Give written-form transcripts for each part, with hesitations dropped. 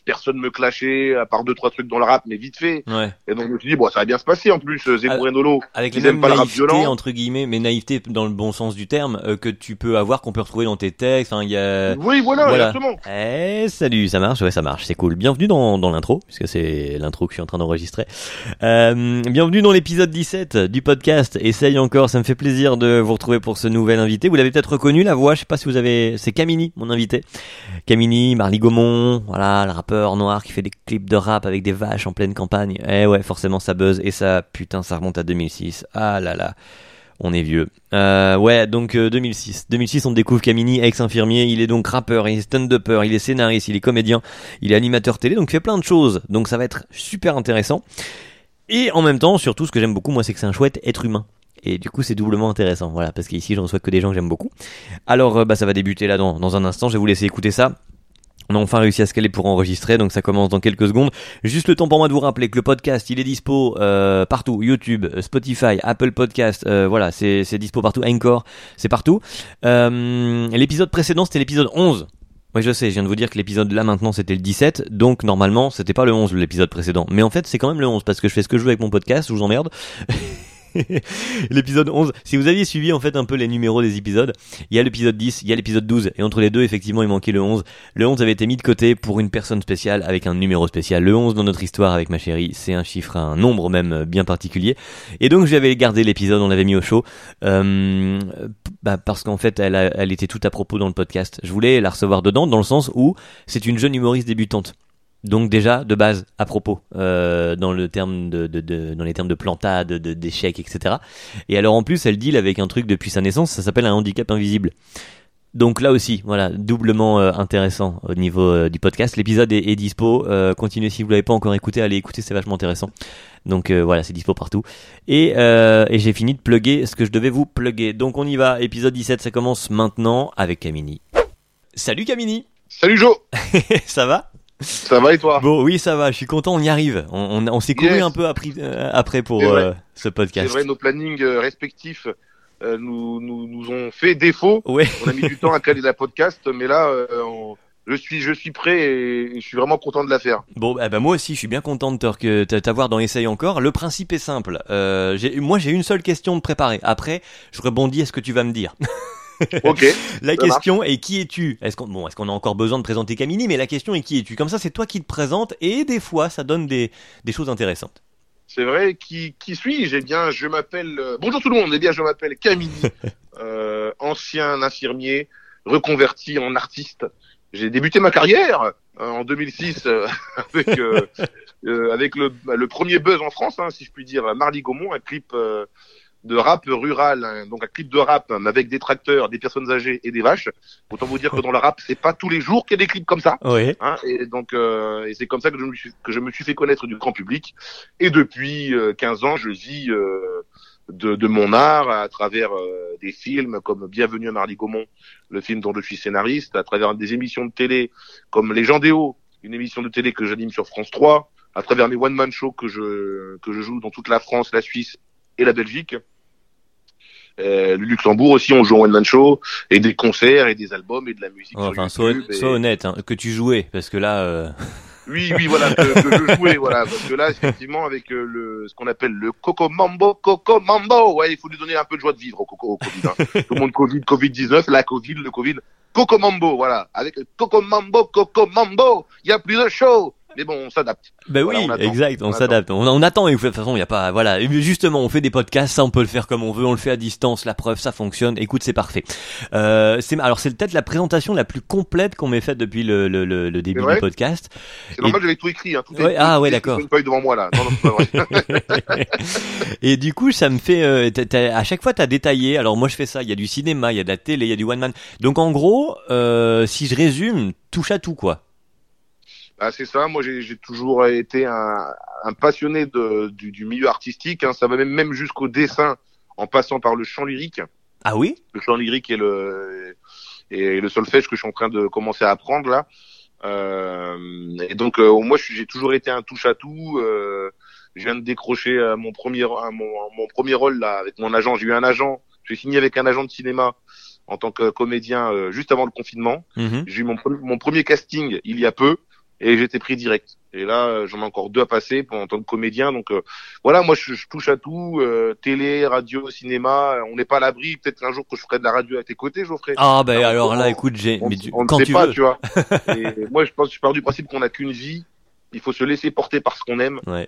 personne me clashait, à part 2-3 trucs dans le rap, mais vite fait. Ouais. Et donc je me suis dit, bon, ça va bien se passer en plus. Zemmour et Nolo, Avec ils la aiment même pas le rap naïveté, violent. entre guillemets, mais naïveté dans le bon sens du terme, que tu peux avoir, qu'on peut retrouver dans tes textes. Enfin, il y a... Oui, voilà. Exactement. Salut, ça marche, ouais, ça marche, c'est cool. Bienvenue dans l'intro, puisque c'est l'intro que je suis en train d'enregistrer. Bienvenue dans l'épisode 17 du podcast. Essaye encore, ça me fait plaisir de vous retrouver pour ce nouvel invité. Vous l'avez peut-être reconnu, la voix, je sais pas si vous avez... C'est Kamini, mon invité. Kamini, Marly Gaumont, voilà, le rappeur noir qui fait des clips de rap avec des vaches en pleine campagne. Eh ouais, forcément ça buzz, et ça, putain, ça remonte à 2006. Ah là là, on est vieux. Ouais, donc 2006. 2006, on découvre Kamini, ex-infirmier. Il est donc rappeur, il est stand-upper, il est scénariste, il est comédien, il est animateur télé, donc il fait plein de choses. Donc ça va être super intéressant. Et en même temps, surtout, ce que j'aime beaucoup, moi, c'est que c'est un chouette être humain. Et du coup, c'est doublement intéressant. Voilà, parce qu'ici, je reçois que des gens que j'aime beaucoup. Alors, ça va débuter là dans un instant. Je vais vous laisser écouter ça. On a enfin réussi à se caler pour enregistrer, donc ça commence dans quelques secondes. Juste le temps pour moi de vous rappeler que le podcast, il est dispo partout, YouTube, Spotify, Apple Podcast, voilà, c'est dispo partout, Anchor, c'est partout. L'épisode précédent, c'était l'épisode 11. Ouais, je sais, je viens de vous dire que l'épisode là maintenant c'était le 17, donc normalement c'était pas le 11 l'épisode précédent. Mais en fait c'est quand même le 11 parce que je fais ce que je veux avec mon podcast, je vous emmerde. L'épisode 11, si vous aviez suivi en fait un peu les numéros des épisodes, il y a l'épisode 10, il y a l'épisode 12 et entre les deux effectivement il manquait le 11. Le 11 avait été mis de côté pour une personne spéciale avec un numéro spécial. Le 11 dans notre histoire avec ma chérie, c'est un chiffre, un nombre même bien particulier. Et donc j'avais gardé l'épisode, on l'avait mis au chaud parce qu'en fait elle était tout à propos dans le podcast. Je voulais la recevoir dedans dans le sens où c'est une jeune humoriste débutante. Donc déjà de base à propos dans le terme dans les termes de plantade, d'échec, etc. Et alors en plus elle deal avec un truc depuis sa naissance, ça s'appelle un handicap invisible. Donc là aussi, voilà, doublement intéressant au niveau du podcast. L'épisode est dispo. Continuez si vous l'avez pas encore écouté, allez écouter, c'est vachement intéressant. Donc voilà, c'est dispo partout. Et j'ai fini de plugger ce que je devais vous plugger. Donc on y va. Épisode 17, ça commence maintenant avec Kamini. Salut Kamini. Salut Joe. Ça va? Ça va et toi? Bon, oui, ça va, je suis content, on y arrive. On s'est couru un peu après pour ce podcast. C'est vrai, nos plannings respectifs nous ont fait défaut. Ouais. On a mis du temps à caler la podcast, mais là, je suis prêt et je suis vraiment content de la faire. Bon, moi aussi, je suis bien content de t'avoir dans Essaye encore. Le principe est simple. J'ai une seule question de préparer. Après, je rebondis à ce que tu vas me dire. Ok. La question est qui es-tu? Est-ce qu'on a encore besoin de présenter Kamini? Mais la question est qui es-tu? Comme ça, c'est toi qui te présentes et des fois, ça donne des choses intéressantes. C'est vrai. Qui suis-je? Eh bien, je m'appelle. Bonjour tout le monde. Eh bien, je m'appelle Kamini, ancien infirmier reconverti en artiste. J'ai débuté ma carrière en 2006 avec le premier buzz en France, si je puis dire, Marly Gaumont, un clip de rap rural, donc un clip de rap avec des tracteurs, des personnes âgées et des vaches. Autant vous dire que dans le rap, c'est pas tous les jours qu'il y a des clips comme ça. Oui. Et donc et c'est comme ça que je me suis fait connaître du grand public. Et depuis 15 ans, je vis de mon art à travers des films comme Bienvenue à Marly Gaumont, le film dont je suis scénariste, à travers des émissions de télé comme Les Gendéo, une émission de télé que j'anime sur France 3, à travers mes one-man shows que je joue dans toute la France, la Suisse et la Belgique. Le Luxembourg aussi, on joue en one-man show, et des concerts, et des albums, et de la musique sur YouTube. Sois honnête, que tu jouais, parce que là... Oui, voilà, que je jouais, voilà, parce que là, effectivement, avec ce qu'on appelle le Coco Mambo, ouais, il faut lui donner un peu de joie de vivre au Covid, Tout le monde Covid-19, le Covid, Coco Mambo, voilà, avec Coco Mambo, il y a plus de show. Mais bon, on s'adapte. Ben oui, voilà, exact, on s'adapte. On attend, et de toute façon, il y a pas, voilà. Et justement, on fait des podcasts, ça, on peut le faire comme on veut, on le fait à distance, la preuve, ça fonctionne. Écoute, c'est parfait. C'est peut-être la présentation la plus complète qu'on m'ait faite depuis le début du podcast. C'est normal, j'avais tout écrit, tout ouais, ouais, d'accord. Une feuille devant moi, là. Non, c'est pas vrai. Et du coup, ça me fait, à chaque fois, t'as détaillé. Alors, moi, je fais ça. Il y a du cinéma, il y a de la télé, il y a du one man. Donc, en gros, si je résume, touche à tout, quoi. Ah, c'est ça. Moi, j'ai toujours été un passionné du milieu artistique. Ça va même jusqu'au dessin, en passant par le chant lyrique. Ah oui? Le chant lyrique et le solfège que je suis en train de commencer à apprendre là. Et donc, moi, j'ai toujours été un touche à tout. Je viens de décrocher mon premier rôle là avec mon agent. J'ai eu un agent. J'ai signé avec un agent de cinéma en tant que comédien juste avant le confinement. Mm-hmm. J'ai eu mon premier casting il y a peu. et j'étais pris direct. Et là, j'en ai encore 2 à passer en tant que comédien. Donc voilà, moi je touche à tout, télé, radio, cinéma. On n'est pas à l'abri. Peut-être un jour que je ferai de la radio à tes côtés, Geoffrey. Ah ben alors là, écoute, On ne quand sait tu pas, veux. tu vois. Et moi, je pars du principe qu'on n'a qu'une vie. Il faut se laisser porter par ce qu'on aime Ouais.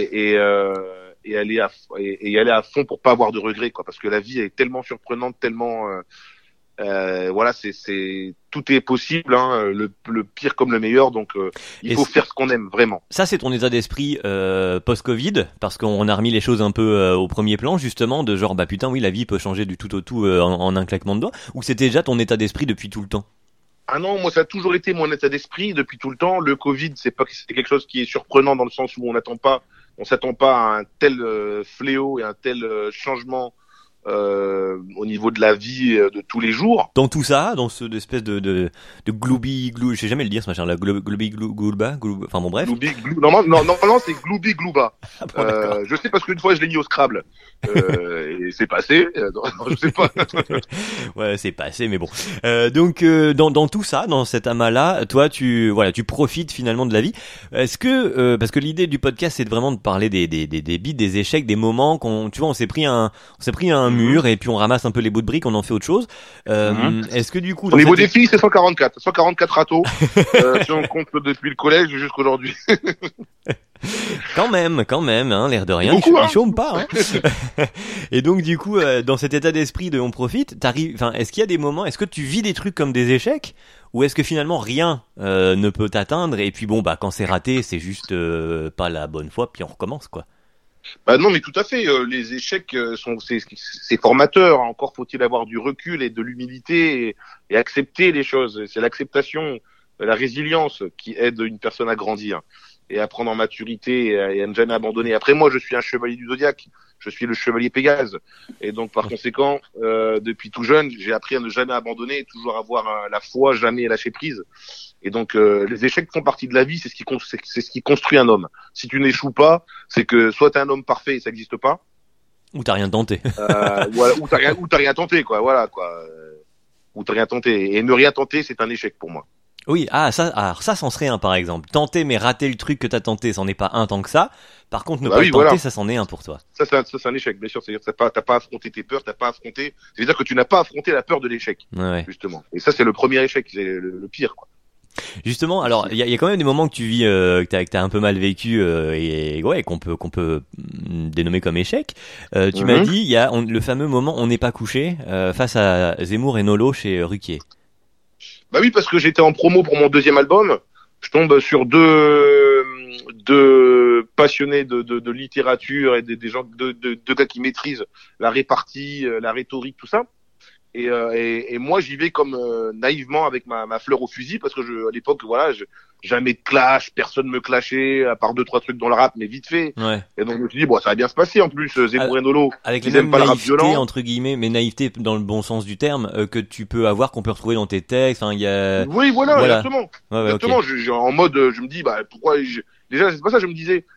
et aller y aller à fond pour pas avoir de regrets, quoi. Parce que la vie est tellement surprenante, tellement voilà, tout est possible, hein, le pire comme le meilleur. Donc il faut faire ce qu'on aime vraiment. Ça, c'est ton état d'esprit post-Covid, parce qu'on a remis les choses un peu au premier plan, justement, de genre bah putain oui, la vie peut changer du tout au tout en un claquement de doigts. Ou c'était déjà ton état d'esprit depuis tout le temps? Ah non, moi ça a toujours été mon état d'esprit depuis tout le temps. Le Covid, c'est quelque chose qui est surprenant dans le sens où on s'attend pas à un tel fléau et un tel changement au niveau de la vie de tous les jours. Dans tout ça, dans ce espèce de gloubi glou, je sais jamais le dire ce machin là, gloubi gloulba, enfin bon bref. Non, c'est gloubi glouba. Ah bon, je sais parce qu'une fois je l'ai mis au Scrabble et c'est passé. Non, je sais pas. Ouais, c'est passé, mais bon. Donc dans tout ça, dans cet amas-là, toi, tu profites finalement de la vie. Est-ce que parce que l'idée du podcast, c'est vraiment de parler des bides, des échecs, des moments on s'est pris un mur et puis on ramasse un peu les bouts de briques, on en fait autre chose. Est-ce que du coup, au niveau des filles, c'est 144 râteaux. Si on compte depuis le collège jusqu'aujourd'hui. Quand même, hein, l'air de rien, beaucoup, ils chôment pas. Hein. Et donc du coup, dans cet état d'esprit de on profite, est-ce qu'il y a des moments, est-ce que tu vis des trucs comme des échecs, ou est-ce que finalement rien ne peut t'atteindre et puis bon bah quand c'est raté, c'est juste pas la bonne fois, puis on recommence quoi. Bah non, mais tout à fait. Les échecs c'est formateur. Encore faut-il avoir du recul et de l'humilité et accepter les choses. C'est l'acceptation, la résilience qui aide une personne à grandir et à prendre en maturité et à ne jamais abandonner. Après, moi, je suis un chevalier du Zodiaque. Je suis le chevalier Pégase. Et donc, par conséquent, depuis tout jeune, j'ai appris à ne jamais abandonner, toujours avoir la foi, jamais lâcher prise. Et donc, les échecs font partie de la vie. C'est ce qui construit un homme. Si tu n'échoues pas, c'est que soit t'es un homme parfait et ça n'existe pas. Ou t'as rien tenté. Voilà, ou t'as rien tenté, quoi. Voilà, quoi. Ou t'as rien tenté. Et ne rien tenter, c'est un échec pour moi. Oui, alors ça, c'en serait un par exemple. Tenter mais rater le truc que t'as tenté, c'en est pas un tant que ça. Par contre, ne pas le tenter, voilà. Ça c'en est un pour toi. Ça c'est un échec, bien sûr. C'est-à-dire que t'as pas affronté tes peurs, c'est-à-dire que tu n'as pas affronté la peur de l'échec, justement. Et ça, c'est le premier échec, c'est le pire, quoi. Justement, alors il y a quand même des moments que tu vis, que t'as un peu mal vécu et ouais qu'on peut dénommer comme échec. Tu m'as dit il y a le fameux moment on n'est pas couché face à Zemmour et Nolo chez Ruquier. Bah oui, parce que j'étais en promo pour mon 2e album. Je tombe sur deux passionnés de littérature et des gens, deux gars qui maîtrisent la répartie, la rhétorique, tout ça. Et moi, j'y vais comme naïvement avec ma fleur au fusil parce que à l'époque, voilà, jamais de clash, personne me clashait à part 2-3 trucs dans le rap, mais vite fait. Ouais. Et donc je me suis dit bon, ça va bien se passer en plus. Zemmour et Nolo, avec ils les aiment pas le rap violent, entre guillemets, mais naïveté dans le bon sens du terme que tu peux avoir, qu'on peut retrouver dans tes textes. Enfin, il y a. Oui, voilà. Exactement. Ouais, exactement. Okay. En mode, je me dis bah pourquoi déjà c'est pas ça. Je me disais.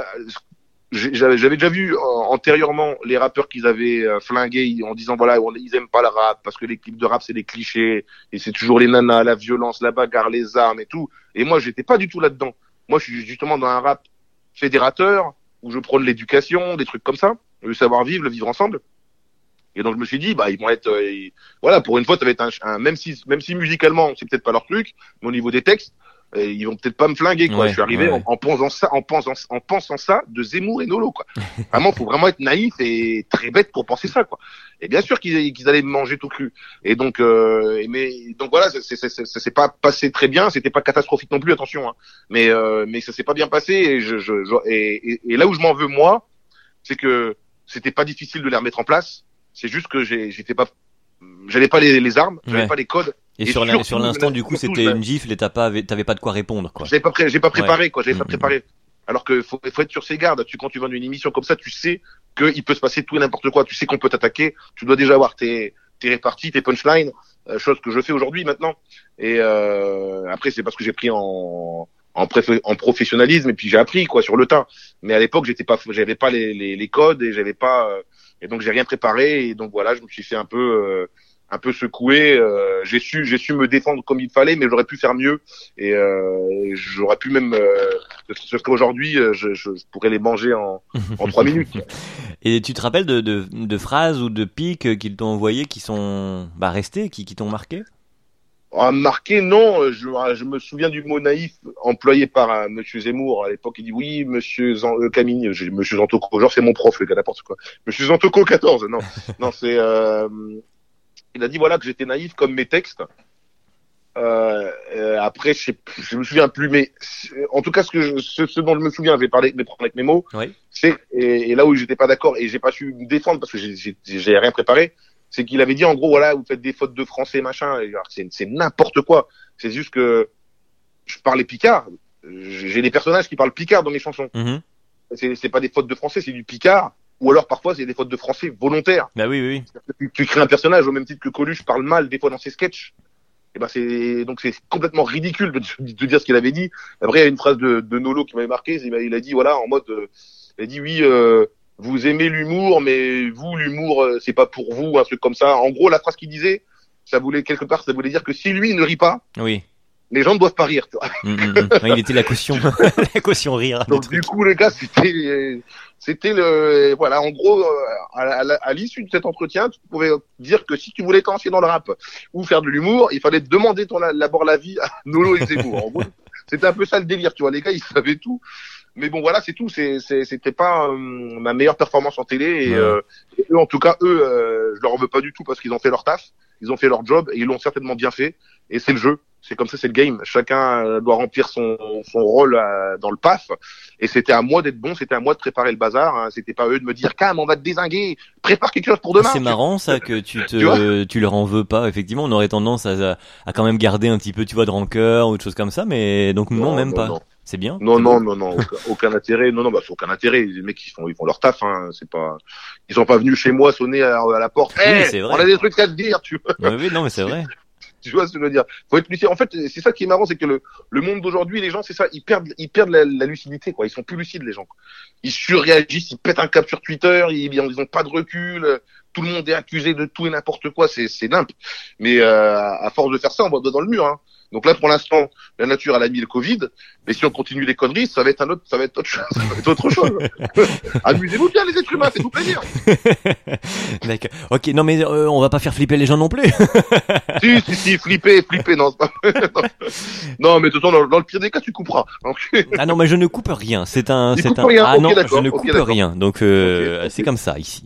J'avais déjà vu antérieurement les rappeurs qu'ils avaient flingués en disant voilà ils aiment pas le rap parce que les clips de rap c'est des clichés et c'est toujours les nanas, la violence, la bagarre, les armes et tout. Et moi j'étais pas du tout là-dedans. Moi je suis justement dans un rap fédérateur où je prône l'éducation, des trucs comme ça, le savoir-vivre, le vivre ensemble. Et donc je me suis dit bah ils vont être voilà pour une fois ça va être un même si musicalement c'est peut-être pas leur truc, mais au niveau des textes ils vont peut-être pas me flinguer quoi. Je suis arrivé en pensant ça de Zemmour et Nolo quoi. Vraiment faut vraiment être naïf et très bête pour penser ça quoi. Et bien sûr qu'ils allaient me manger tout cru. Et donc donc voilà, ça s'est pas passé très bien, c'était pas catastrophique non plus, attention hein. Mais ça s'est pas bien passé et là où je m'en veux moi, c'est que c'était pas difficile de les remettre en place, c'est juste que j'avais pas les armes, j'avais pas les codes. Et sur l'instant, du coup, c'était une gifle et t'avais pas de quoi répondre, quoi. J'ai pas préparé, quoi. J'avais pas préparé. Alors que faut être sur ses gardes. Quand tu vas dans une émission comme ça, tu sais qu'il peut se passer tout et n'importe quoi. Tu sais qu'on peut t'attaquer. Tu dois déjà avoir tes réparties, tes punchlines, chose que je fais aujourd'hui maintenant. Et après, c'est parce que j'ai pris en professionnalisme et puis j'ai appris, quoi, sur le tas. Mais à l'époque, j'avais pas les codes et j'avais pas, et donc j'ai rien préparé. Et donc voilà, je me suis fait un peu un peu secoué. J'ai su me défendre comme il fallait, mais j'aurais pu faire mieux. Et j'aurais pu même, ce qu'aujourd'hui, je pourrais les manger en 3 minutes. Et tu te rappelles de phrases ou de pics qu'ils t'ont envoyés qui sont restés, qui t'ont marqué? Marqué, non. Je me souviens du mot naïf employé par Monsieur Zemmour à l'époque. Il dit oui, Monsieur Camille, Monsieur Zantoko. Genre c'est mon prof, le gars, n'importe quoi. Monsieur Zantoko 14. Non, non, c'est. Il a dit voilà que j'étais naïf comme mes textes. Après, je me souviens plus, mais en tout cas, ce dont je me souviens, j'ai parlé avec mes mots. Oui. C'est et là où j'étais pas d'accord et j'ai pas su me défendre parce que j'ai rien préparé. C'est qu'il avait dit en gros voilà vous faites des fautes de français machin et genre, c'est n'importe quoi. C'est juste que je parlais picard. J'ai des personnages qui parlent picard dans mes chansons. C'est pas des fautes de français, c'est du picard. Ou alors parfois c'est des fautes de français volontaires. Bah oui. Tu crées un personnage au même titre que Coluche parle mal des fois dans ses sketchs. Et ben c'est complètement ridicule de dire ce qu'il avait dit. Après il y a une phrase de Nolo qui m'avait marqué. Il a dit voilà en mode il a dit oui. Vous aimez l'humour, mais vous, l'humour, c'est pas pour vous, un truc comme ça. En gros, la phrase qu'il disait, ça voulait dire que si lui ne rit pas, oui, les gens ne doivent pas rire, tu vois. Ouais, il était la caution, la caution rire. Donc du coup, les gars, c'était voilà, en gros, à l'issue de cet entretien, tu pouvais dire que si tu voulais te lancer dans le rap ou faire de l'humour, il fallait te demander d'abord l'avis à Nolo et Zemmour. En gros, c'était un peu ça le délire, tu vois. Les gars, ils savaient tout. Mais bon, voilà, c'est tout. C'était pas ma meilleure performance en télé. Et eux, en tout cas, je leur en veux pas du tout parce qu'ils ont fait leur taf, ils ont fait leur job et ils l'ont certainement bien fait. Et c'est le jeu. C'est comme ça, c'est le game. Chacun doit remplir son rôle dans le PAF. Et c'était à moi d'être bon, c'était à moi de préparer le bazar. Hein. C'était pas eux de me dire, Cam, on va te dézinguer, prépare quelque chose pour demain. C'est marrant ça que tu leur en veux pas. Effectivement, on aurait tendance à quand même garder un petit peu, tu vois, de rancœur ou de choses comme ça. Mais donc non, même pas. Non. C'est bien. Non, aucun intérêt. Non, c'est aucun intérêt. Les mecs, ils font leur taf. Hein. Ils sont pas venus chez moi sonner à la porte. Oui, c'est vrai. On a des trucs à te dire, tu vois. Oui, non, mais c'est vrai. Tu vois ce que je veux dire. Faut être lucide. En fait, c'est ça qui est marrant, c'est que le monde d'aujourd'hui, les gens, c'est ça, ils perdent la lucidité, quoi. Ils sont plus lucides, les gens. Ils surréagissent, ils pètent un cap sur Twitter, ils ont pas de recul. Tout le monde est accusé de tout et n'importe quoi. C'est nimp. Mais à force de faire ça, on va dans le mur. Hein. Donc là, pour l'instant, la nature elle a mis le Covid, mais si on continue les conneries, ça va être autre chose. Amusez-vous bien les êtres humains, faites-vous plaisir. D'accord. Ok, non mais on va pas faire flipper les gens non plus. si, flipper, non, c'est pas... non, mais de toute façon, dans le pire des cas, tu couperas. Donc... Ah non, mais je ne coupe rien. Rien. Ah okay, non, d'accord. je ne coupe rien. Donc okay. C'est comme ça ici.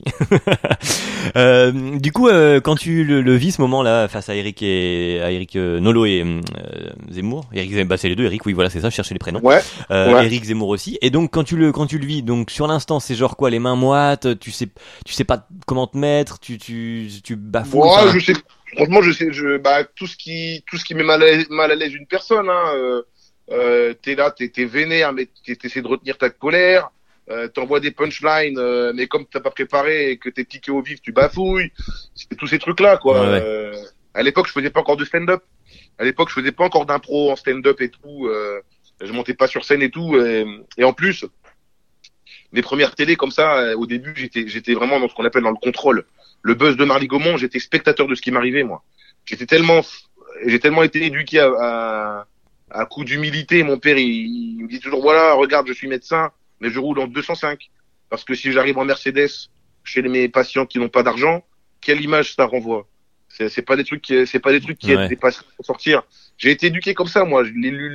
Du coup, quand tu le vis ce moment-là face à Eric Nolo et Zemmour, c'est les deux, Eric, oui, voilà, c'est ça, je cherchais les prénoms. Ouais. Eric Zemmour aussi. Et donc quand tu le vis, donc sur l'instant, c'est genre quoi, les mains moites, tu sais pas comment te mettre, tu bafoues. Moi, je sais. Franchement, tout ce qui met mal à l'aise une personne, hein. T'es là, t'es vénère, mais t'essaies de retenir ta colère. T'envoies des punchlines, mais comme t'as pas préparé et que t'es piqué au vif, tu bafouilles. C'est tous ces trucs-là, quoi. Ouais. À l'époque, je faisais pas encore de stand-up. À l'époque, je faisais pas encore d'impro en stand-up et tout. Je montais pas sur scène et tout. Et en plus, mes premières télés comme ça, au début, j'étais vraiment dans ce qu'on appelle dans le contrôle. Le buzz de Marly Gaumont, j'étais spectateur de ce qui m'arrivait, moi. J'ai tellement été éduqué à coup d'humilité. Mon père, il me dit toujours, voilà, regarde, je suis médecin, mais je roule en 205. Parce que si j'arrive en Mercedes chez mes patients qui n'ont pas d'argent, quelle image ça renvoie? C'est pas des trucs qui aident des patients pour sortir. J'ai été éduqué comme ça, moi.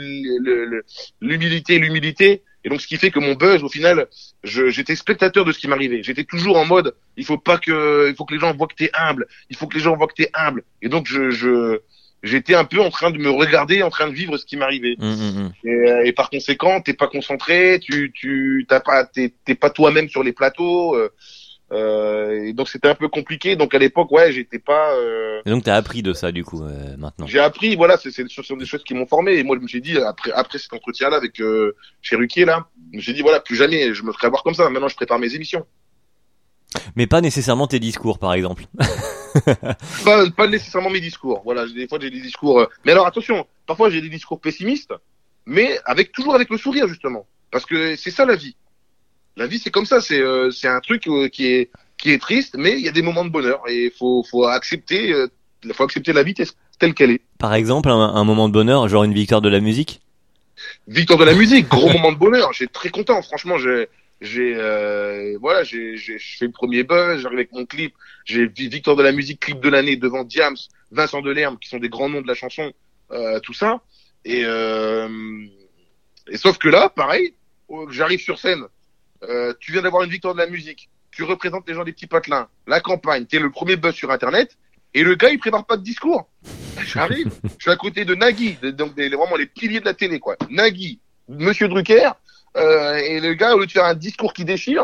L'humilité. Et donc, ce qui fait que mon buzz, au final, j'étais spectateur de ce qui m'arrivait. J'étais toujours en mode, il faut que les gens voient que t'es humble. Il faut que les gens voient que t'es humble. Et donc, j'étais un peu en train de me regarder, en train de vivre ce qui m'arrivait. Et par conséquent, t'es pas concentré, t'es pas toi-même sur les plateaux. Et donc c'était un peu compliqué. Donc à l'époque, ouais, j'étais pas. Et donc t'as appris de ça du coup maintenant. J'ai appris, voilà, ce sont des choses qui m'ont formé. Et moi, je me suis dit après cet entretien-là avec chez Ruquier là, je me suis dit voilà, plus jamais je me ferai avoir comme ça. Maintenant, je prépare mes émissions. Mais pas nécessairement tes discours, par exemple. pas nécessairement mes discours. Voilà, des fois j'ai des discours. Mais alors attention, parfois j'ai des discours pessimistes, mais toujours avec le sourire justement, parce que c'est ça la vie. La vie, c'est comme ça. C'est un truc qui est triste, mais il y a des moments de bonheur et faut accepter faut accepter la vie telle qu'elle est. Par exemple, un moment de bonheur, genre une victoire de la musique. Victoire de la musique, gros moment de bonheur. J'ai très content. Franchement, voilà, je fais le premier buzz. J'arrive avec mon clip. J'ai victoire de la musique, clip de l'année devant Diams, Vincent Delerme, qui sont des grands noms de la chanson, tout ça. Et sauf que là, pareil, j'arrive sur scène. Tu viens d'avoir une victoire de la musique. Tu représentes les gens des petits patelins, la campagne. T'es le premier buzz sur Internet. Et le gars, il prépare pas de discours. J'arrive, je suis à côté de Nagui, donc vraiment les piliers de la télé, quoi. Nagui, Monsieur Drucker, et le gars, au lieu de faire un discours qui déchire,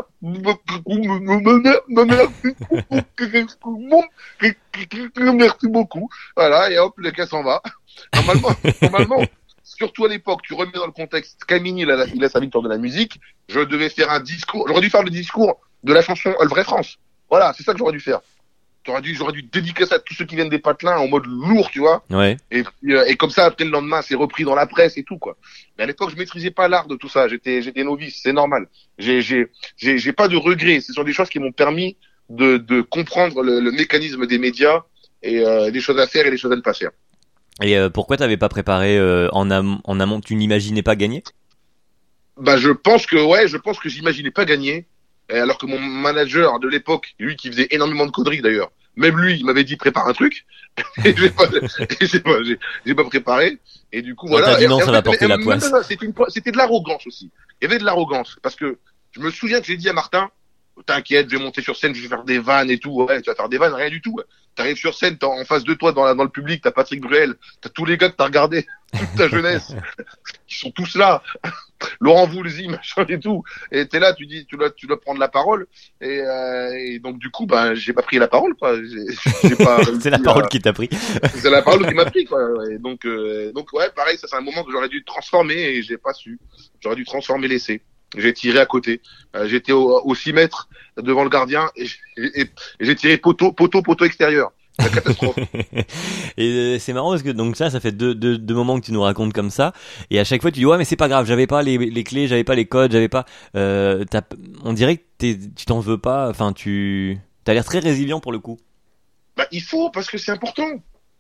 merci beaucoup. Voilà, et hop, le gars s'en va. Normalement, surtout à l'époque, tu remets dans le contexte, Camini, il a sa victoire de la musique, je devais faire un discours, j'aurais dû faire le discours de la chanson All Vrai France. Voilà, c'est ça que j'aurais dû faire. J'aurais dû dédier ça à tous ceux qui viennent des patelins en mode lourd, tu vois. Ouais. Et comme ça, après le lendemain, c'est repris dans la presse et tout, quoi. Mais à l'époque, je maîtrisais pas l'art de tout ça. J'étais novice, c'est normal. J'ai pas de regrets. Ce sont des choses qui m'ont permis de comprendre le mécanisme des médias et les choses à faire et les choses à ne pas faire. Et pourquoi t'avais pas préparé en amont, tu n'imaginais pas gagner? Bah, je pense que j'imaginais pas gagner. Alors que mon manager de l'époque, lui qui faisait énormément de conneries d'ailleurs, même lui, il m'avait dit prépare un truc. Et j'ai pas préparé. Et du coup, voilà. T'as dit non, ça va porter la poisse. C'était de l'arrogance aussi. Il y avait de l'arrogance. Parce que je me souviens que j'ai dit à Martin, t'inquiète, je vais monter sur scène, je vais faire des vannes et tout. Ouais, tu vas faire des vannes, rien du tout. T'arrives sur scène, t'as en face de toi, dans le public, t'as Patrick Bruel, t'as tous les gars que t'as regardé toute ta jeunesse, qui sont tous là. Laurent Voulzy, machin et tout. Et t'es là, tu dis, tu dois prendre la parole. Et donc, du coup, ben, j'ai pas pris la parole, quoi. J'ai pas c'est la parole qui t'a pris. C'est la parole qui m'a pris, quoi. Et donc, ouais, pareil, ça, c'est un moment que j'aurais dû transformer et j'ai pas su. J'aurais dû transformer l'essai. J'ai tiré à côté. J'étais au 6 mètres devant le gardien et j'ai tiré poteau extérieur. La catastrophe. Et c'est marrant parce que donc ça fait deux moments que tu nous racontes comme ça, et à chaque fois tu dis ouais mais c'est pas grave, j'avais pas les clés, j'avais pas les codes, j'avais pas on dirait que tu t'en veux pas, enfin t'as l'air très résilient pour le coup. Bah il faut, parce que c'est important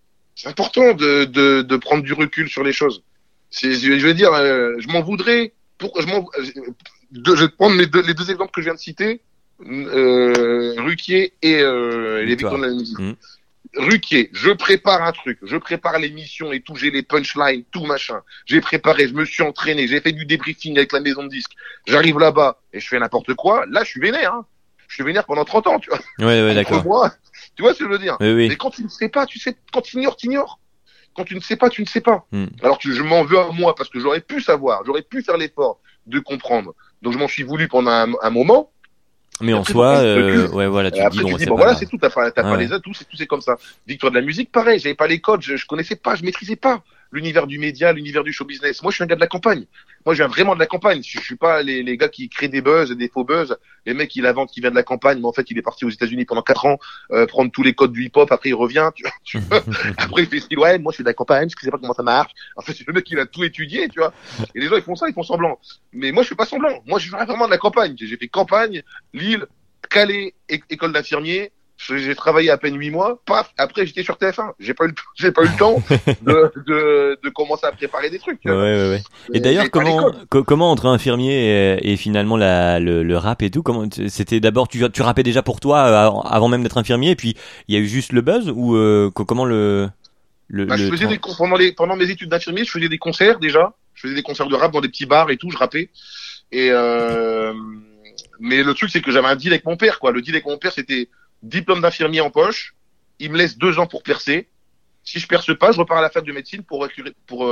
de prendre du recul sur les choses. Je veux dire, je m'en voudrais je vais prendre les deux exemples que je viens de citer, Ruquier et les victoires de la musique. Ruquier, je prépare un truc, je prépare l'émission et tout, j'ai les punchlines, tout machin. J'ai préparé, je me suis entraîné, j'ai fait du débriefing avec la maison de disques. J'arrive là-bas et je fais n'importe quoi. Là, je suis vénère, hein. Je suis vénère pendant 30 ans, tu vois. Ouais, d'accord. Moi, tu vois ce que je veux dire? Oui. Mais quand tu ne sais pas, tu sais, quand tu ignores, t'ignores. Quand tu ne sais pas, tu ne sais pas. Alors je m'en veux à moi parce que j'aurais pu savoir, j'aurais pu faire l'effort de comprendre. Donc je m'en suis voulu pendant un moment. Mais en soi, ouais, voilà, tu te dis, bon, bon, voilà, c'est tout, t'as pas les atouts, c'est comme ça. Victoire de la musique, pareil, j'avais pas les codes, je connaissais pas, je maîtrisais pas l'univers du média, l'univers du show business. Moi, je suis un gars de la campagne. Moi, je viens vraiment de la campagne. Je suis pas les gars qui créent des buzz, des faux buzz. Les mecs, qui l'inventent, qui vient de la campagne, mais en fait, il est parti aux États-Unis pendant 4 ans, prendre tous les codes du hip-hop, après il revient, tu vois. Après, il fait style, ouais, moi, je suis de la campagne, je sais pas comment ça marche. En fait, c'est le mec, il a tout étudié, tu vois. Et les gens, ils font ça, ils font semblant. Mais moi, je fais pas semblant. Moi, je suis vraiment de la campagne. J'ai fait campagne, Lille, Calais, école d'infirmier. J'ai travaillé à peine 8 mois. Paf, après j'étais sur TF1. J'ai pas eu le temps de commencer à préparer des trucs. Ouais. Et d'ailleurs, comment entre infirmier et finalement le rap et tout, c'était d'abord tu rappais déjà pour toi avant même d'être infirmier, et puis il y a eu juste le buzz, ou comment je faisais pendant mes études d'infirmier, je faisais des concerts déjà. Je faisais des concerts de rap dans des petits bars et tout, je rappais. Et mais le truc, c'est que j'avais un deal avec mon père, quoi. Le deal avec mon père, c'était diplôme d'infirmier en poche. Il me laisse 2 ans pour percer. Si je perce pas, je repars à la fac de médecine pour récupérer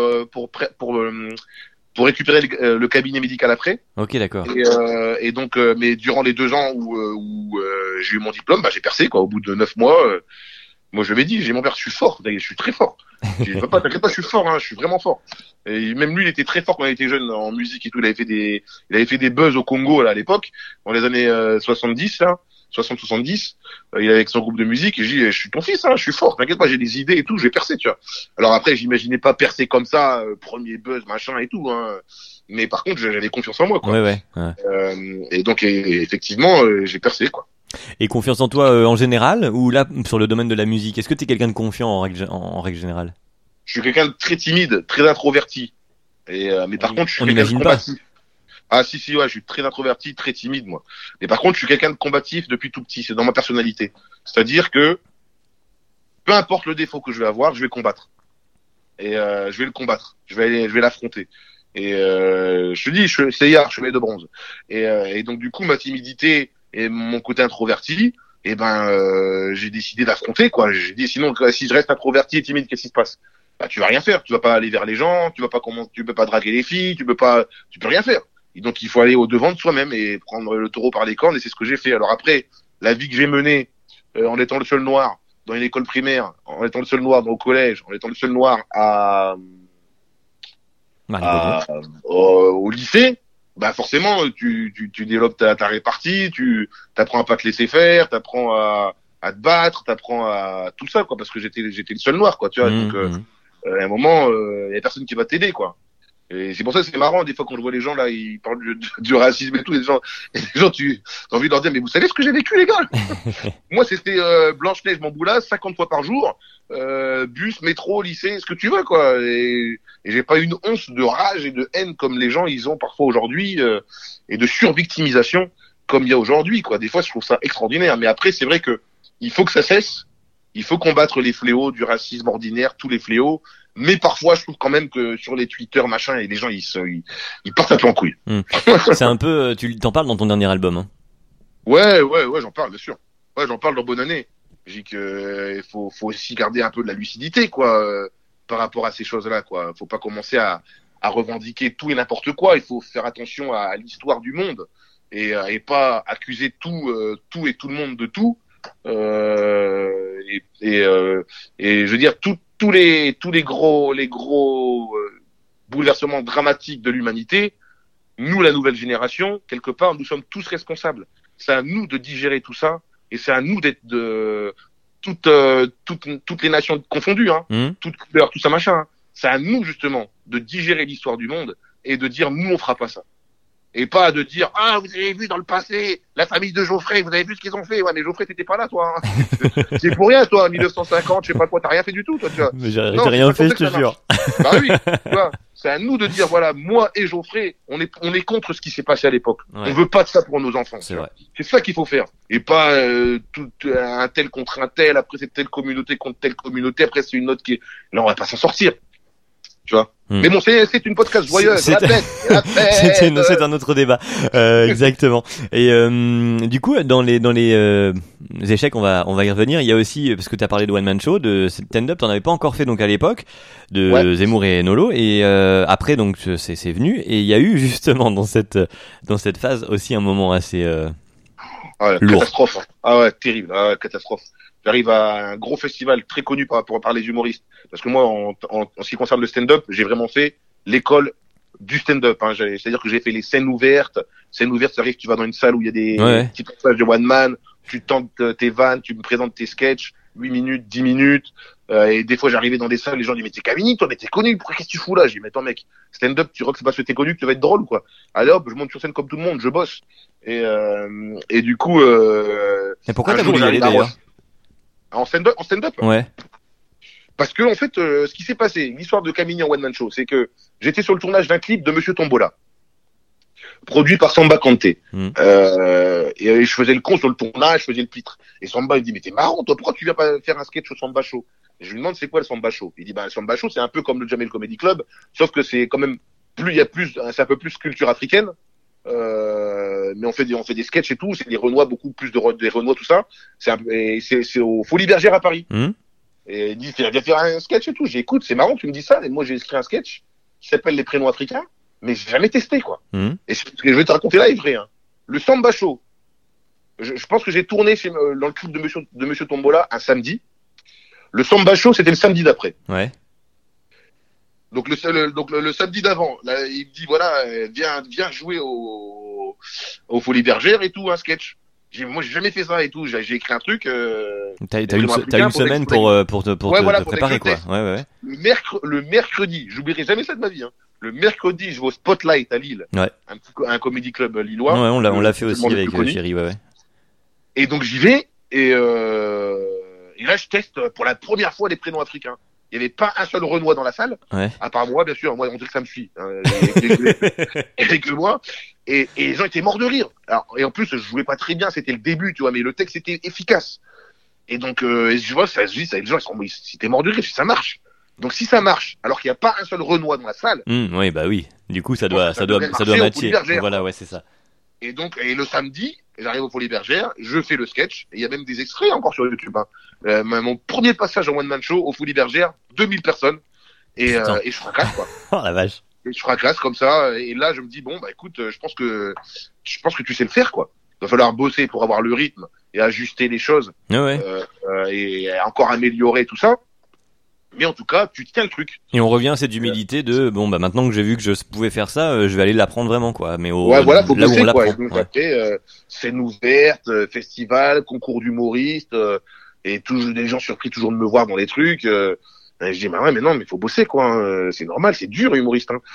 le cabinet médical après. Ok, d'accord. Et donc, mais durant les 2 ans où j'ai eu mon diplôme, j'ai percé, quoi. Au bout de 9 mois, moi, je l'avais dit, j'ai mon père, je suis fort. Je suis très fort. T'inquiète pas, je suis fort, hein. Je suis vraiment fort. Et même lui, il était très fort quand il était jeune en musique et tout. Il avait fait des buzz au Congo, là, à l'époque, dans les années 70, là. 60-70, il est avec son groupe de musique, et je dis, je suis ton fils, hein, je suis fort, t'inquiète pas, j'ai des idées et tout, je vais percer, tu vois. Alors après, j'imaginais pas percer comme ça, premier buzz, machin et tout, hein. Mais par contre, j'avais confiance en moi, quoi. Ouais. Et donc, effectivement, j'ai percé, quoi. Et confiance en toi en général, ou là sur le domaine de la musique, est-ce que t'es quelqu'un de confiant en règle générale? Je suis quelqu'un de très timide, très introverti. Mais par contre, je suis On quelqu'un de n'imagine pas. combatif. Ah si, ouais, je suis très introverti, très timide, moi. Mais par contre, je suis quelqu'un de combatif depuis tout petit. C'est dans ma personnalité. C'est-à-dire que peu importe le défaut que je vais avoir, je vais combattre. Je vais le combattre. Je vais l'affronter. Je te dis, c'est hier, chevalier de bronze. Et donc du coup, ma timidité et mon côté introverti, j'ai décidé d'affronter, quoi. J'ai dit, sinon, si je reste introverti et timide, qu'est-ce qui se passe? Bah, tu vas rien faire. Tu vas pas aller vers les gens. Tu peux pas draguer les filles. Tu peux rien faire. Et donc, il faut aller au devant de soi-même et prendre le taureau par les cornes. Et c'est ce que j'ai fait. Alors après, la vie que j'ai menée, en étant le seul noir dans une école primaire, en étant le seul noir dans le collège, en étant le seul noir au lycée, bah forcément tu développes ta répartie, tu t'apprends à pas te laisser faire, t'apprends à te battre, t'apprends à tout ça, quoi, parce que j'étais le seul noir, quoi, tu vois. Donc à un moment y a personne qui va t'aider, quoi. Et c'est pour ça que c'est marrant des fois quand je vois les gens là, ils parlent du racisme et tout, et les gens tu as envie de leur dire, mais vous savez ce que j'ai vécu, les gars? Moi c'était Blanche-Neige Mamboula 50 fois par jour, bus, métro, lycée, ce que tu veux, quoi. Et j'ai pas une once de rage et de haine comme les gens ils ont parfois aujourd'hui, et de survictimisation comme il y a aujourd'hui, quoi. Des fois je trouve ça extraordinaire, mais après c'est vrai que il faut que ça cesse. Il faut combattre les fléaux du racisme ordinaire, tous les fléaux. Mais parfois, je trouve quand même que sur les Twitter, machin, et les gens, ils partent un peu en couille. C'est un peu, tu t'en parles dans ton dernier album, hein. Ouais, j'en parle, bien sûr. Ouais, j'en parle dans Bonne Année. J'ai que, il faut aussi garder un peu de la lucidité, quoi, par rapport à ces choses-là, quoi. Faut pas commencer à revendiquer tout et n'importe quoi. Il faut faire attention à l'histoire du monde et pas accuser tout et tout le monde de tout. Je veux dire, tous les gros bouleversements dramatiques de l'humanité, nous, la nouvelle génération, quelque part, nous sommes tous responsables. C'est à nous de digérer tout ça, et c'est à nous d'être de toutes les nations confondues, hein, toutes couleurs, tout ça machin. Hein. C'est à nous justement de digérer l'histoire du monde et de dire nous on fera pas ça. Et pas de dire ah vous avez vu dans le passé la famille de Geoffrey, vous avez vu ce qu'ils ont fait. Ouais mais Geoffrey t'étais pas là toi. Hein. C'est pour rien toi 1950, je sais pas quoi, t'as rien fait du tout toi tu vois. Mais j'ai rien fait, je te jure. Bah oui, tu vois, c'est à nous de dire voilà moi et Geoffrey on est contre ce qui s'est passé à l'époque. Ouais. On veut pas de ça pour nos enfants. C'est vrai. C'est ça qu'il faut faire et pas tout un tel contre un tel, après c'est telle communauté contre telle communauté, après c'est une autre qui est là on va pas s'en sortir. Tu vois. Mais bon, c'est une podcast joyeuse. C'est un autre débat, exactement. Et du coup, dans les échecs, on va y revenir. Il y a aussi parce que tu as parlé de one man show, de stand-up, t'en avais pas encore fait donc à l'époque de Zemmour et Nolo. Et après donc c'est venu et il y a eu justement dans cette phase aussi un moment assez lourd. Catastrophe. Ah ouais, terrible. Ah ouais, catastrophe. J'arrive à un gros festival très connu par les humoristes. Parce que moi, en ce qui concerne le stand-up, j'ai vraiment fait l'école du stand-up. Hein. C'est-à-dire que j'ai fait les scènes ouvertes. Scènes ouvertes, ça arrive, tu vas dans une salle où il y a des petits passages de one man, tu tentes tes vannes, tu me présentes tes sketchs, 8 minutes, 10 minutes. Et des fois, j'arrivais dans des salles, les gens disent, mais t'es Camini, toi, mais t'es connu, pourquoi qu'est-ce que tu fous là? J'ai dit, mais attends, mec, stand-up, tu crois que c'est parce que t'es connu que tu vas être drôle ou quoi? Allez hop, je monte sur scène comme tout le monde, je bosse. Et du coup, mais pourquoi t'as voulu y aller d'ailleurs? En stand-up? Ouais. Parce que, en fait, ce qui s'est passé, l'histoire de Camini en one-man show, c'est que j'étais sur le tournage d'un clip de Monsieur Tombola, produit par Samba Kanté. Et je faisais le con sur le tournage, je faisais le pitre. Et Samba, il me dit, mais t'es marrant, toi, pourquoi tu viens pas faire un sketch au Samba Show? Et je lui demande, c'est quoi le Samba Show? Il dit, bah, le Samba Show, c'est un peu comme le Jamel Comedy Club, sauf que c'est quand même c'est un peu plus culture africaine. Mais on fait des sketchs et tout, c'est des Renois, beaucoup plus des Renois, tout ça. C'est au Folies Bergères à Paris. Et il dit, viens faire un sketch et tout. J'écoute, c'est marrant, tu me dis ça. Et moi, j'ai écrit un sketch qui s'appelle Les Prénoms Africains, mais j'ai jamais testé, quoi. Et ce que je vais te raconter là est vrai, hein. Le Samba Show. Je pense que j'ai tourné dans le clip de Monsieur Tombola un samedi. Le Samba Show, c'était le samedi d'après. Ouais. Donc le samedi d'avant, là, il me dit voilà, viens jouer au Folies Bergères et tout, un sketch. Moi j'ai jamais fait ça et tout, j'ai écrit un truc. T'as une semaine pour te préparer quoi. Ouais. Le mercredi, j'oublierai jamais ça de ma vie. Hein. Le mercredi, je vais au Spotlight à Lille. Ouais. Un comédie club lillois. Ouais, on l'a fait aussi avec Chéri, ouais. Et donc j'y vais et là je teste pour la première fois les prénoms africains. Il n'y avait pas un seul Renoir dans la salle, Ouais. à part moi, bien sûr. Moi, on dirait que ça me suit. Et que moi. Et les gens étaient morts de rire. Alors, et en plus, je jouais pas très bien, c'était le début, tu vois, mais le texte était efficace. Et donc, je vois, ça se dit, les gens, ils étaient morts de rire, ça marche. Donc, si ça marche, alors qu'il n'y a pas un seul Renoir dans la salle. Oui, bah oui. Du coup, ça doit marcher matcher. Voilà, ouais, c'est ça. Et donc, et le samedi, j'arrive au Folies Bergères, je fais le sketch, et il y a même des extraits encore sur YouTube, hein. Mon premier passage en one man show au Folies Bergères, 2000 personnes, et je fracasse, quoi. Oh la vache. Et je fracasse comme ça, et là, je me dis, bon, bah, écoute, je pense que tu sais le faire, quoi. Il va falloir bosser pour avoir le rythme, et ajuster les choses, Ouais. et encore améliorer tout ça. Mais en tout cas, tu tiens le truc. Et on revient à cette humilité de bon bah maintenant que j'ai vu que je pouvais faire ça, je vais aller l'apprendre vraiment quoi. Mais ouais, voilà, faut là où bosser, on l'apprend. quoi. Et donc après, scène ouverte, festival, concours d'humoristes, et toujours des gens surpris toujours de me voir dans les trucs. Et je dis bah ouais, mais non, mais faut bosser quoi. Hein. C'est normal, c'est dur humoriste. Hein.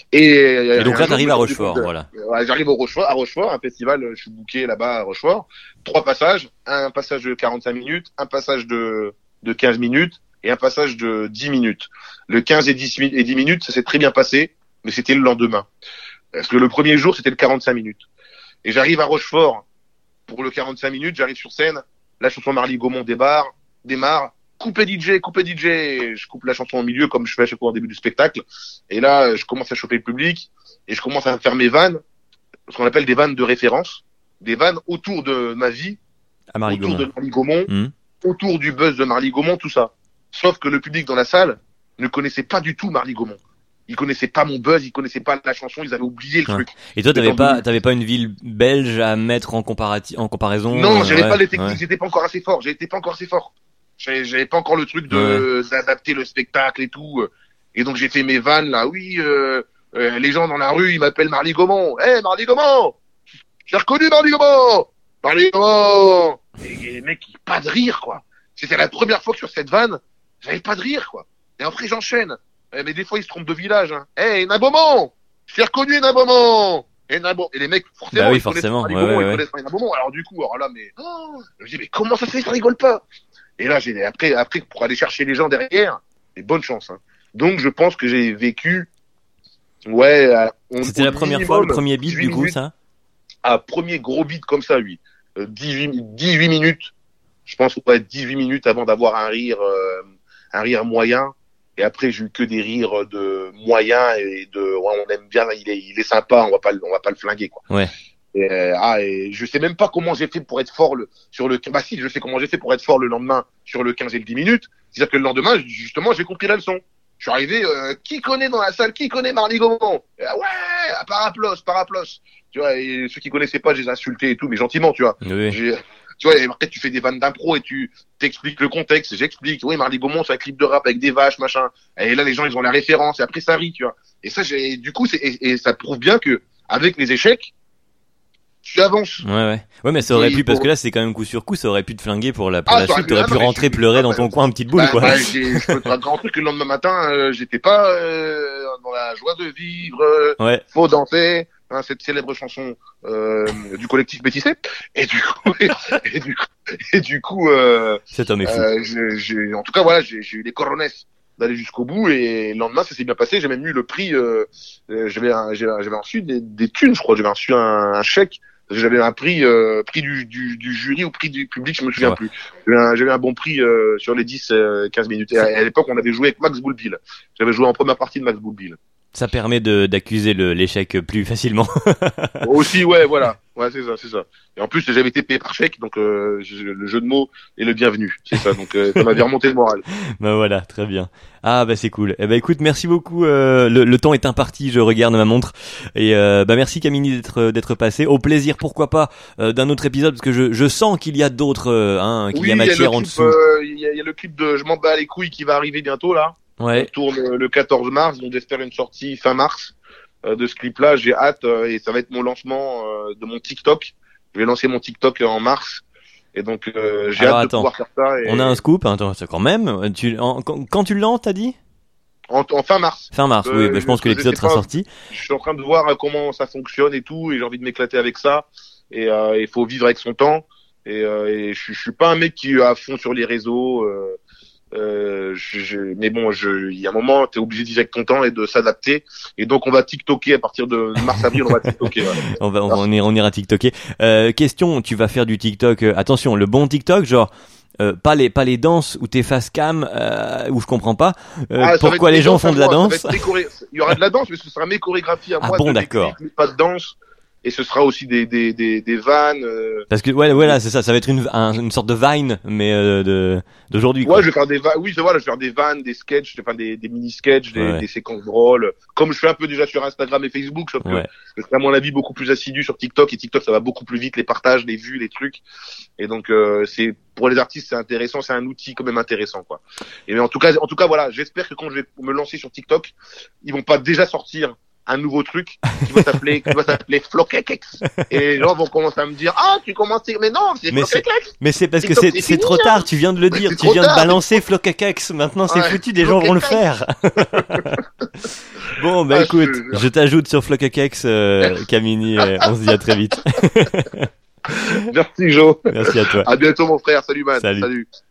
Et donc là, t'arrives à Rochefort, voilà. Ouais, j'arrive à Rochefort, un festival. Je suis booké là-bas à Rochefort. 3 passages, un passage de 45 minutes, un passage de 15 minutes. Et un passage de 10 minutes. Le 15 et 10 minutes, ça s'est très bien passé, mais c'était le lendemain. Parce que le premier jour, c'était le 45 minutes. Et j'arrive à Rochefort pour le 45 minutes, j'arrive sur scène, la chanson Marly Gaumont démarre, coupez DJ, je coupe la chanson au milieu comme je fais à chaque fois au début du spectacle. Et là, je commence à choper le public et je commence à faire mes vannes, ce qu'on appelle des vannes de référence, des vannes autour de ma vie, autour de Marly Gaumont, autour du buzz de Marly Gaumont, tout ça. Sauf que le public dans la salle ne connaissait pas du tout Marly Gaumont. Ils connaissaient pas mon buzz, ils connaissaient pas la chanson, ils avaient oublié le truc. Et toi, t'avais pas une ville belge à mettre en comparaison? Non, j'avais pas les techniques, j'étais pas encore assez fort. J'avais pas encore le truc d'adapter le spectacle et tout. Et donc j'ai fait mes vannes là. Oui, les gens dans la rue, ils m'appellent Marly Gaumont. Hey, Marly Gaumont, j'ai reconnu Marly Gaumont. Marly Gaumont. Et les mecs, pas de rire quoi. C'était la première fois que sur cette vanne, j'avais pas de rire, quoi. Et après, j'enchaîne. Mais des fois, ils se trompent de village, hein. Hey, Nain-Beaumont! J'ai reconnu Nain-Beaumont! Et les mecs, forcément, bah oui, ils forcément. Ils connaissent Nain-Beaumont. Alors, du coup, là, je me dis, mais comment ça se fait, ils rigolent pas? Et là, après, pour aller chercher les gens derrière, c'est bonne chance, hein. Donc, je pense que j'ai vécu, c'était la première fois, le premier beat, du coup, ça? Ah, premier gros beat comme ça, oui. 18 minutes. Je pense qu'on va être 18 minutes avant d'avoir un rire moyen. Et après, j'ai eu que des rires de moyen et on aime bien, il est sympa, on va pas le flinguer, quoi. Ouais. Et je sais même pas comment j'ai fait pour être fort si, je sais comment j'ai fait pour être fort le lendemain sur le 15 et le 10 minutes. C'est-à-dire que le lendemain, justement, j'ai compris la leçon. Je suis arrivé, qui connaît dans la salle, qui connaît Marly Gaumont? Ouais, par applause. Tu vois, et ceux qui connaissaient pas, je les insultais et tout, mais gentiment, tu vois. Oui. Tu vois, et après, tu fais des vannes d'impro et tu t'expliques le contexte, j'explique. Oui, Marly Gaumont, c'est un clip de rap avec des vaches, machin. Et là, les gens, ils ont la référence, et après, ça rit, tu vois. Et ça, du coup, et ça prouve bien que, avec les échecs, tu avances. Ouais, mais ça aurait pu, parce que là, c'est quand même coup sur coup, ça aurait pu te flinguer pour la suite. T'aurais pu rentrer pleurer dans ton coin, une petite boule, quoi. Je peux te raconter que le lendemain matin, j'étais pas, dans la joie de vivre, faut danser. Hein, cette célèbre chanson du collectif Métissé, et du coup cet homme est fou. en tout cas voilà, j'ai eu les coronets d'aller jusqu'au bout, et le lendemain ça s'est bien passé. J'ai même eu le prix, j'avais reçu des thunes, je crois. J'avais reçu un chèque. J'avais un prix du jury ou prix du public, je me souviens plus. J'avais un bon prix sur les 10-15 minutes. Et à l'époque, on avait joué avec Max Bouleville. J'avais joué en première partie de Max Bouleville. Ça permet d'accuser l'échec plus facilement. Aussi, ouais, voilà. Ouais, c'est ça. Et en plus, j'avais été payé par chèque, donc le jeu de mots est le bienvenu. C'est ça, donc ça m'avait remonté le moral. Bah voilà, très bien. Ah bah c'est cool. Eh bah écoute, merci beaucoup. Le temps est imparti, je regarde ma montre. Et merci Camini d'être passé. Au plaisir, pourquoi pas, d'un autre épisode, parce que je sens qu'il y a d'autres, qu'il y a matière en dessous. Il y a le clip de Je m'en bats les couilles qui va arriver bientôt là. Ouais. On tourne le 14 mars, donc j'espère une sortie fin mars de ce clip-là. J'ai hâte, et ça va être mon lancement de mon TikTok. Je vais lancer mon TikTok en mars, et donc j'ai hâte de pouvoir faire ça. On a un scoop, attends, quand même. Quand tu le lances, t'as dit? En fin mars. Fin mars, oui. Je pense que l'épisode sera sorti. Je suis en train de voir comment ça fonctionne et tout, et j'ai envie de m'éclater avec ça. Et il faut vivre avec son temps. Et je suis pas un mec qui est à fond sur les réseaux. Mais bon, il y a un moment, t'es obligé d'y avec ton temps et de s'adapter. Et donc, on va TikToker à partir de mars-avril, on va TikToker. Ouais. On ira TikToker. Question, tu vas faire du TikTok. Attention, le bon TikTok, genre. Pas les danses où t'es face cam où je comprends pas pourquoi les gens font de la danse. Il y aura de la danse mais ce sera mes chorégraphies à moi. Bon, d'accord. Pas de danse et ce sera aussi des vannes. Parce que voilà, c'est ça va être une sorte de Vine mais d'aujourd'hui. Ouais, je vais faire des vannes. Oui, je vais faire des vannes, des sketchs, enfin des mini sketchs, des séquences drôles. Comme je fais un peu déjà sur Instagram et Facebook, sauf que je serai à mon avis beaucoup plus assidu sur TikTok et TikTok ça va beaucoup plus vite les partages, les vues, les trucs. Et donc c'est pour les artistes c'est intéressant, c'est un outil quand même intéressant quoi. Et mais en tout cas voilà, j'espère que quand je vais me lancer sur TikTok, ils vont pas déjà sortir un nouveau truc qui va s'appeler Flokekex. Et les gens vont commencer à me dire tu commences mais non, c'est Flokekex. Mais c'est parce que c'est trop tard, tu viens de le dire, tu viens de balancer Flokekex. Maintenant c'est foutu, des gens vont le faire. Bon écoute, je t'ajoute sur Flokekex Kamini, on se dit à très vite. Merci Joe. Merci à toi. À bientôt mon frère. Salut man. Salut.